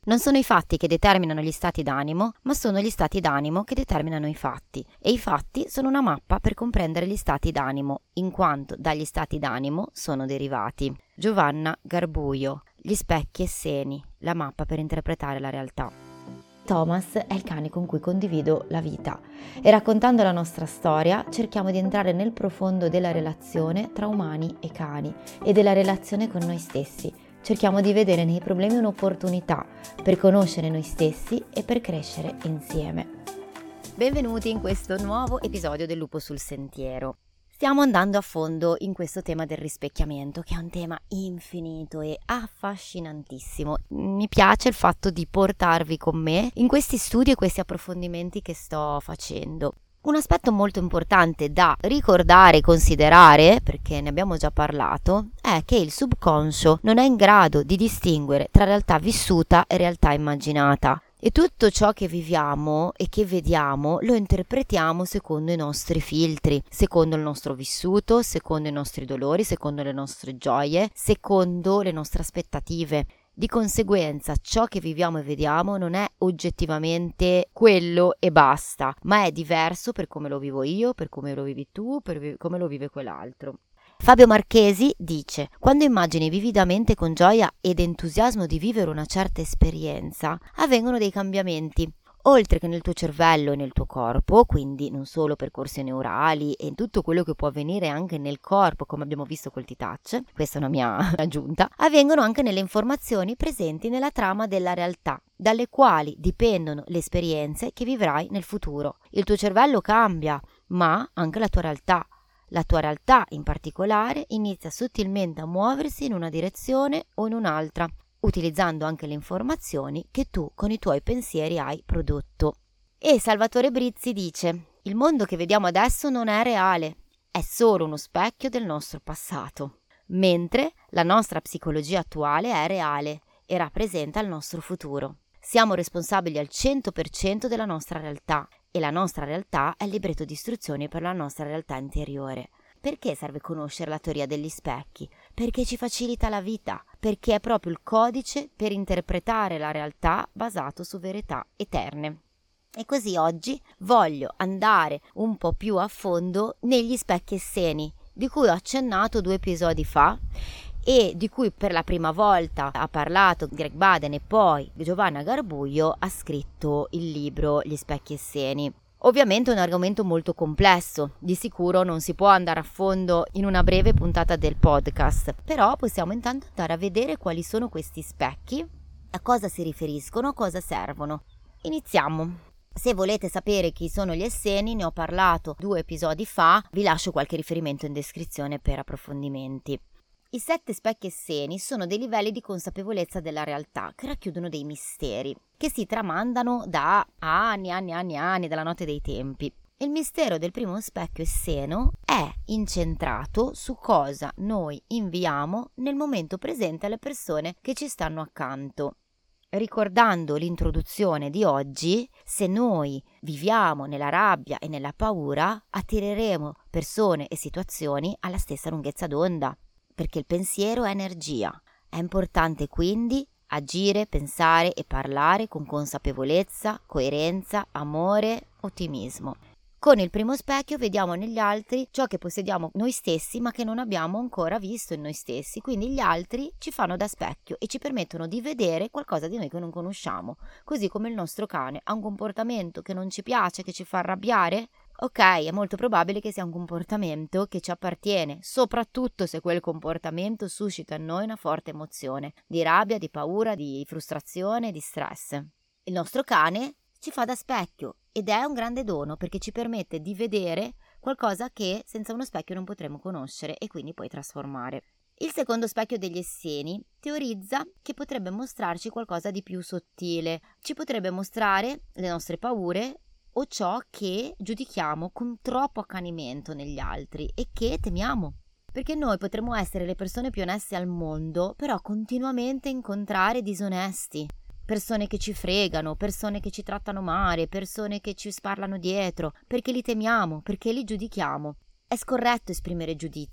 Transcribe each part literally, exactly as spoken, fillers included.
Non sono i fatti che determinano gli stati d'animo, ma sono gli stati d'animo che determinano i fatti. E i fatti sono una mappa per comprendere gli stati d'animo, in quanto dagli stati d'animo sono derivati. Giovanna Garbuio, Gli specchi e seni, la mappa per interpretare la realtà. Thomas è il cane con cui condivido la vita e raccontando la nostra storia cerchiamo di entrare nel profondo della relazione tra umani e cani e della relazione con noi stessi. Cerchiamo di vedere nei problemi un'opportunità per conoscere noi stessi e per crescere insieme. Benvenuti in questo nuovo episodio del Lupo sul Sentiero. Stiamo andando a fondo in questo tema del rispecchiamento, che è un tema infinito e affascinantissimo. Mi piace il fatto di portarvi con me in questi studi e questi approfondimenti che sto facendo. Un aspetto molto importante da ricordare e considerare, perché ne abbiamo già parlato, è che il subconscio non è in grado di distinguere tra realtà vissuta e realtà immaginata. E tutto ciò che viviamo e che vediamo lo interpretiamo secondo i nostri filtri, secondo il nostro vissuto, secondo i nostri dolori, secondo le nostre gioie, secondo le nostre aspettative. Di conseguenza ciò che viviamo e vediamo non è oggettivamente quello e basta, ma è diverso per come lo vivo io, per come lo vivi tu, per vi- come lo vive quell'altro. Fabio Marchesi dice: quando immagini vividamente con gioia ed entusiasmo di vivere una certa esperienza, avvengono dei cambiamenti. Oltre che nel tuo cervello e nel tuo corpo, quindi non solo percorsi neurali e tutto quello che può avvenire anche nel corpo, come abbiamo visto col T-Touch, questa è una mia aggiunta, avvengono anche nelle informazioni presenti nella trama della realtà, dalle quali dipendono le esperienze che vivrai nel futuro. Il tuo cervello cambia, ma anche la tua realtà. La tua realtà, in particolare, inizia sottilmente a muoversi in una direzione o in un'altra, utilizzando anche le informazioni che tu con i tuoi pensieri hai prodotto. E Salvatore Brizzi dice: il mondo che vediamo adesso non è reale, è solo uno specchio del nostro passato, mentre la nostra psicologia attuale è reale e rappresenta il nostro futuro. Siamo responsabili al cento per cento della nostra realtà e la nostra realtà è il libretto di istruzioni per la nostra realtà interiore. Perché serve conoscere la teoria degli specchi? Perché ci facilita la vita, perché è proprio il codice per interpretare la realtà basato su verità eterne. E così oggi voglio andare un po' più a fondo negli specchi e seni, di cui ho accennato due episodi fa e di cui per la prima volta ha parlato Greg Baden e poi Giovanna Garbuio ha scritto il libro Gli specchi e seni. Ovviamente è un argomento molto complesso, di sicuro non si può andare a fondo in una breve puntata del podcast, però possiamo intanto andare a vedere quali sono questi specchi, a cosa si riferiscono, a cosa servono. Iniziamo. Se volete sapere chi sono gli esseni, ne ho parlato due episodi fa, vi lascio qualche riferimento in descrizione per approfondimenti. I sette specchi esseni sono dei livelli di consapevolezza della realtà che racchiudono dei misteri che si tramandano da anni, anni, anni, anni, dalla notte dei tempi. Il mistero del primo specchio esseno è incentrato su cosa noi inviamo nel momento presente alle persone che ci stanno accanto. Ricordando l'introduzione di oggi, se noi viviamo nella rabbia e nella paura, attireremo persone e situazioni alla stessa lunghezza d'onda, perché il pensiero è energia. È importante quindi agire, pensare e parlare con consapevolezza, coerenza, amore, ottimismo. Con il primo specchio vediamo negli altri ciò che possediamo noi stessi ma che non abbiamo ancora visto in noi stessi, quindi gli altri ci fanno da specchio e ci permettono di vedere qualcosa di noi che non conosciamo, così come il nostro cane ha un comportamento che non ci piace, che ci fa arrabbiare. Ok, è molto probabile che sia un comportamento che ci appartiene, soprattutto se quel comportamento suscita in noi una forte emozione di rabbia, di paura, di frustrazione, di stress. Il nostro cane ci fa da specchio ed è un grande dono perché ci permette di vedere qualcosa che senza uno specchio non potremo conoscere e quindi poi trasformare. Il secondo specchio degli esseni teorizza che potrebbe mostrarci qualcosa di più sottile, ci potrebbe mostrare le nostre paure o ciò che giudichiamo con troppo accanimento negli altri e che temiamo. Perché noi potremmo essere le persone più oneste al mondo, però continuamente incontrare disonesti, persone che ci fregano, persone che ci trattano male, persone che ci sparlano dietro, perché li temiamo, perché li giudichiamo. È scorretto esprimere giudizi,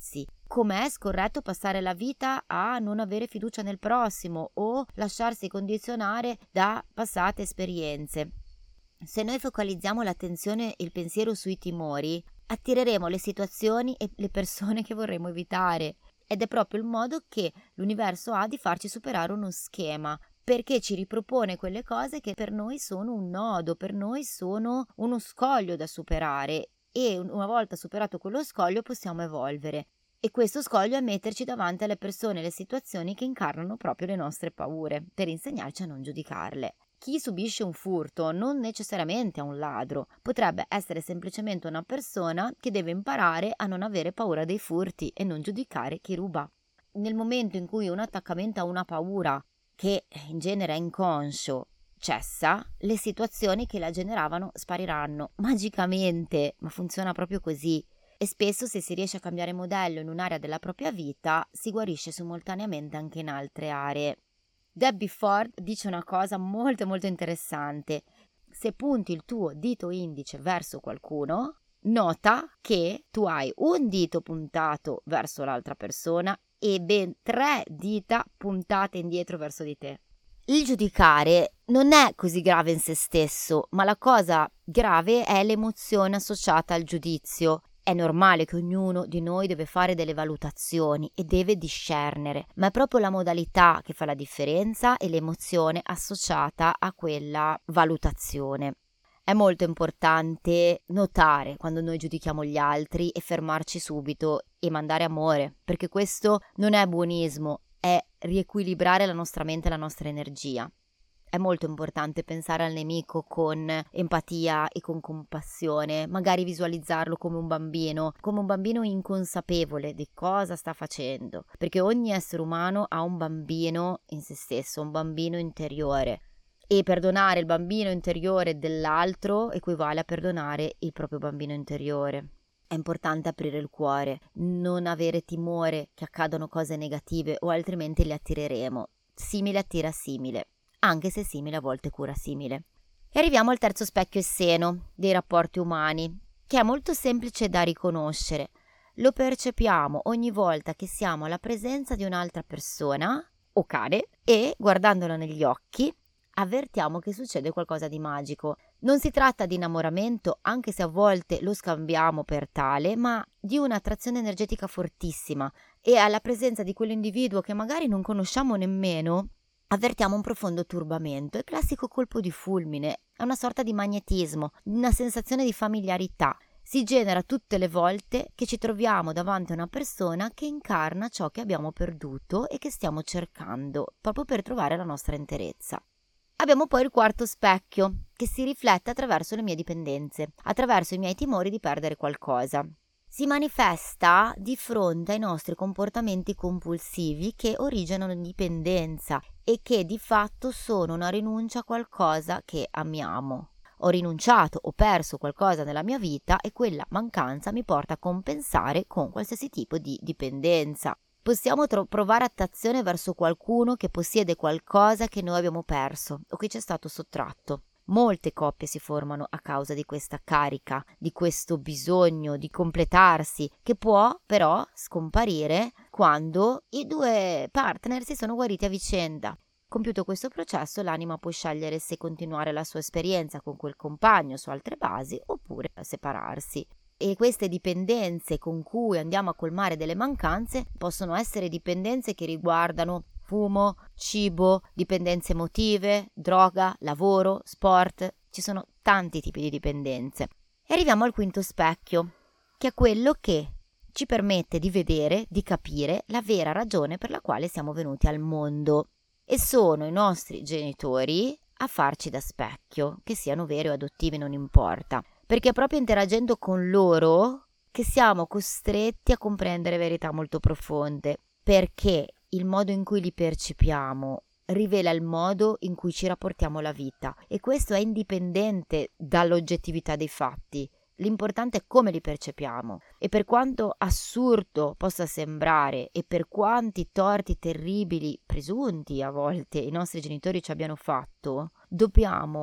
com'è scorretto passare la vita a non avere fiducia nel prossimo o lasciarsi condizionare da passate esperienze. Se noi focalizziamo l'attenzione e il pensiero sui timori, attireremo le situazioni e le persone che vorremmo evitare, ed è proprio il modo che l'universo ha di farci superare uno schema, perché ci ripropone quelle cose che per noi sono un nodo, per noi sono uno scoglio da superare, e una volta superato quello scoglio possiamo evolvere. E questo scoglio è metterci davanti alle persone e alle situazioni che incarnano proprio le nostre paure, per insegnarci a non giudicarle. Chi subisce un furto non necessariamente è un ladro, potrebbe essere semplicemente una persona che deve imparare a non avere paura dei furti e non giudicare chi ruba. Nel momento in cui un attaccamento a una paura, che in genere è inconscio, cessa, le situazioni che la generavano spariranno magicamente, ma funziona proprio così. E spesso, se si riesce a cambiare modello in un'area della propria vita, si guarisce simultaneamente anche in altre aree. Debbie Ford dice una cosa molto molto interessante: se punti il tuo dito indice verso qualcuno, nota che tu hai un dito puntato verso l'altra persona e ben tre dita puntate indietro verso di te. Il giudicare non è così grave in se stesso, ma la cosa grave è l'emozione associata al giudizio. È normale che ognuno di noi deve fare delle valutazioni e deve discernere, ma è proprio la modalità che fa la differenza e l'emozione associata a quella valutazione. È molto importante notare quando noi giudichiamo gli altri e fermarci subito e mandare amore, perché questo non è buonismo, è riequilibrare la nostra mente e la nostra energia. È molto importante pensare al nemico con empatia e con compassione, magari visualizzarlo come un bambino, come un bambino inconsapevole di cosa sta facendo, perché ogni essere umano ha un bambino in se stesso, un bambino interiore, e perdonare il bambino interiore dell'altro equivale a perdonare il proprio bambino interiore. È importante aprire il cuore, non avere timore che accadano cose negative o altrimenti le attireremo. Simile attira simile, anche se simile a volte cura simile. E arriviamo al terzo specchio e seno dei rapporti umani, che è molto semplice da riconoscere. Lo percepiamo ogni volta che siamo alla presenza di un'altra persona o cane e, guardandola negli occhi, avvertiamo che succede qualcosa di magico. Non si tratta di innamoramento, anche se a volte lo scambiamo per tale, ma di un'attrazione energetica fortissima, e alla presenza di quell'individuo che magari non conosciamo nemmeno avvertiamo un profondo turbamento. È il classico colpo di fulmine, è una sorta di magnetismo, una sensazione di familiarità. Si genera tutte le volte che ci troviamo davanti a una persona che incarna ciò che abbiamo perduto e che stiamo cercando, proprio per trovare la nostra interezza. Abbiamo poi il quarto specchio, che si riflette attraverso le mie dipendenze, attraverso i miei timori di perdere qualcosa. Si manifesta di fronte ai nostri comportamenti compulsivi che originano in dipendenza e che di fatto sono una rinuncia a qualcosa che amiamo. Ho rinunciato, ho perso qualcosa nella mia vita e quella mancanza mi porta a compensare con qualsiasi tipo di dipendenza. Possiamo tro- provare attrazione verso qualcuno che possiede qualcosa che noi abbiamo perso o che ci è stato sottratto. Molte coppie si formano a causa di questa carica, di questo bisogno di completarsi, che può però scomparire quando i due partner si sono guariti a vicenda. Compiuto questo processo, l'anima può scegliere se continuare la sua esperienza con quel compagno su altre basi oppure separarsi. E queste dipendenze con cui andiamo a colmare delle mancanze possono essere dipendenze che riguardano fumo, cibo, dipendenze emotive, droga, lavoro, sport. Ci sono tanti tipi di dipendenze. E arriviamo al quinto specchio, che è quello che ci permette di vedere, di capire la vera ragione per la quale siamo venuti al mondo. E sono i nostri genitori a farci da specchio, che siano veri o adottivi non importa, perché è proprio interagendo con loro che siamo costretti a comprendere verità molto profonde, perché il modo in cui li percepiamo rivela il modo in cui ci rapportiamo alla vita, e questo è indipendente dall'oggettività dei fatti. L'importante è come li percepiamo, e per quanto assurdo possa sembrare e per quanti torti terribili presunti a volte i nostri genitori ci abbiano fatto, dobbiamo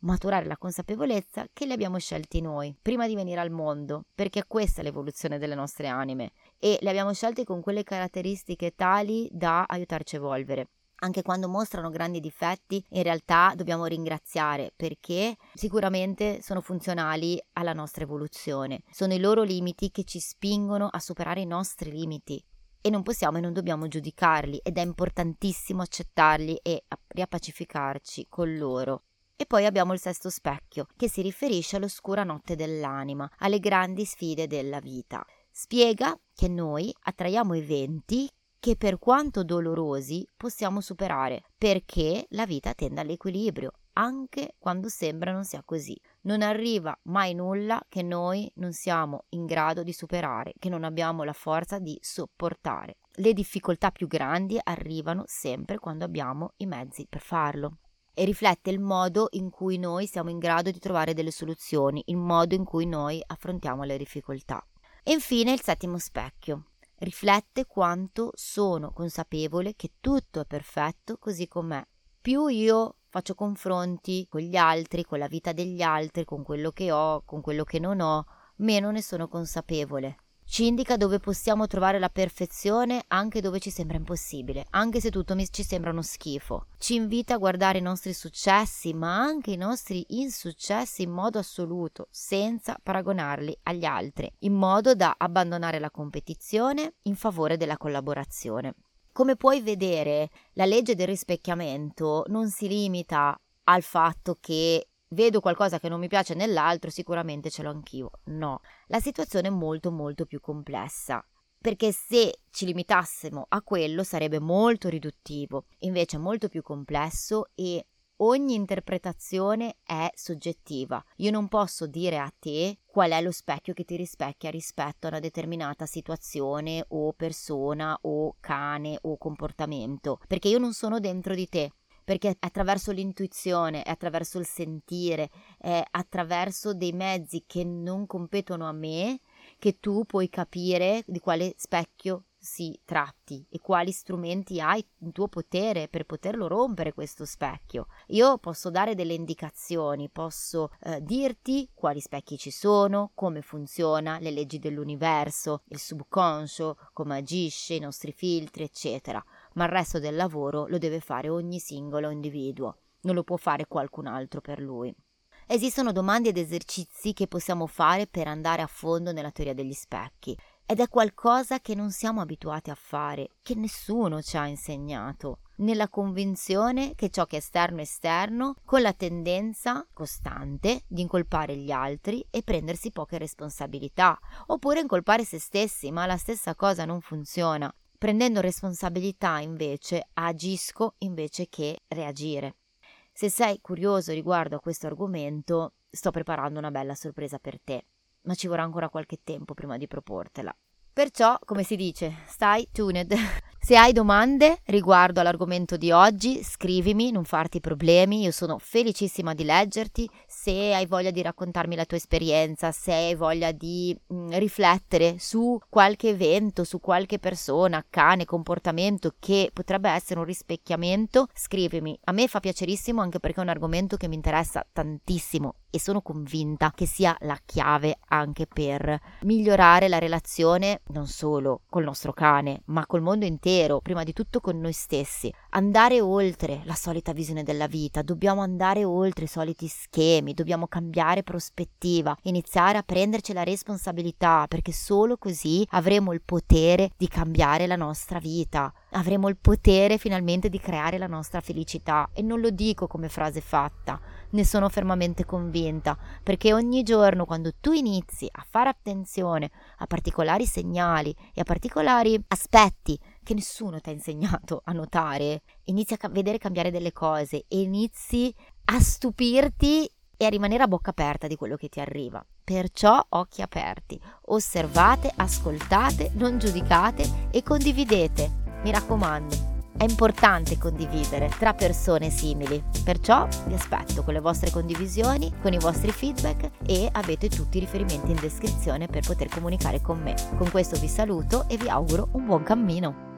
maturare la consapevolezza che li abbiamo scelti noi prima di venire al mondo, perché questa è l'evoluzione delle nostre anime e li abbiamo scelti con quelle caratteristiche tali da aiutarci a evolvere. Anche quando mostrano grandi difetti, in realtà dobbiamo ringraziare, perché sicuramente sono funzionali alla nostra evoluzione. Sono i loro limiti che ci spingono a superare i nostri limiti e non possiamo e non dobbiamo giudicarli, ed è importantissimo accettarli e riappacificarci con loro. E poi abbiamo il sesto specchio, che si riferisce all'oscura notte dell'anima, alle grandi sfide della vita. Spiega che noi attraiamo eventi che, per quanto dolorosi, possiamo superare, perché la vita tende all'equilibrio, anche quando sembra non sia così. Non arriva mai nulla che noi non siamo in grado di superare, che non abbiamo la forza di sopportare. Le difficoltà più grandi arrivano sempre quando abbiamo i mezzi per farlo. E riflette il modo in cui noi siamo in grado di trovare delle soluzioni, il modo in cui noi affrontiamo le difficoltà. E infine il settimo specchio. Riflette quanto sono consapevole che tutto è perfetto così com'è. Più io faccio confronti con gli altri, con la vita degli altri, con quello che ho, con quello che non ho, meno ne sono consapevole. Ci indica dove possiamo trovare la perfezione anche dove ci sembra impossibile, anche se tutto mi, ci sembra uno schifo. Ci invita a guardare i nostri successi, ma anche i nostri insuccessi in modo assoluto, senza paragonarli agli altri, in modo da abbandonare la competizione in favore della collaborazione. Come puoi vedere, la legge del rispecchiamento non si limita al fatto che vedo qualcosa che non mi piace nell'altro, sicuramente ce l'ho anch'io. No, la situazione è molto molto più complessa, perché se ci limitassimo a quello sarebbe molto riduttivo, invece è molto più complesso e ogni interpretazione è soggettiva. Io non posso dire a te qual è lo specchio che ti rispecchia rispetto a una determinata situazione o persona o cane o comportamento, perché io non sono dentro di te. Perché è attraverso l'intuizione, è attraverso il sentire, è attraverso dei mezzi che non competono a me che tu puoi capire di quale specchio si tratti e quali strumenti hai in tuo potere per poterlo rompere questo specchio. Io posso dare delle indicazioni, posso eh, dirti quali specchi ci sono, come funziona, le leggi dell'universo, il subconscio, come agisce, i nostri filtri, eccetera. Ma il resto del lavoro lo deve fare ogni singolo individuo, non lo può fare qualcun altro per lui. Esistono domande ed esercizi che possiamo fare per andare a fondo nella teoria degli specchi, ed è qualcosa che non siamo abituati a fare, che nessuno ci ha insegnato, nella convinzione che ciò che è esterno è esterno, con la tendenza costante di incolpare gli altri e prendersi poche responsabilità, oppure incolpare se stessi, ma la stessa cosa non funziona. Prendendo responsabilità invece agisco invece che reagire. Se sei curioso riguardo a questo argomento, sto preparando una bella sorpresa per te, ma ci vorrà ancora qualche tempo prima di proportela. Perciò, come si dice, stai tuned. Se hai domande riguardo all'argomento di oggi, scrivimi, non farti problemi, io sono felicissima di leggerti. Se hai voglia di raccontarmi la tua esperienza, se hai voglia di mh, riflettere su qualche evento, su qualche persona, cane, comportamento che potrebbe essere un rispecchiamento, scrivimi. A me fa piacerissimo, anche perché è un argomento che mi interessa tantissimo e sono convinta che sia la chiave anche per migliorare la relazione non solo col nostro cane, ma col mondo intero, prima di tutto con noi stessi. Andare oltre la solita visione della vita, dobbiamo andare oltre i soliti schemi, dobbiamo cambiare prospettiva, iniziare a prenderci la responsabilità, perché solo così avremo il potere di cambiare la nostra vita, avremo il potere finalmente di creare la nostra felicità. E non lo dico come frase fatta, ne sono fermamente convinta, perché ogni giorno quando tu inizi a fare attenzione a particolari segnali e a particolari aspetti che nessuno ti ha insegnato a notare, inizi a vedere cambiare delle cose e inizi a stupirti e a rimanere a bocca aperta di quello che ti arriva. Perciò occhi aperti, osservate, ascoltate, non giudicate e condividete. Mi raccomando, è importante condividere tra persone simili, perciò vi aspetto con le vostre condivisioni, con i vostri feedback, e avete tutti i riferimenti in descrizione per poter comunicare con me. Con questo vi saluto e vi auguro un buon cammino.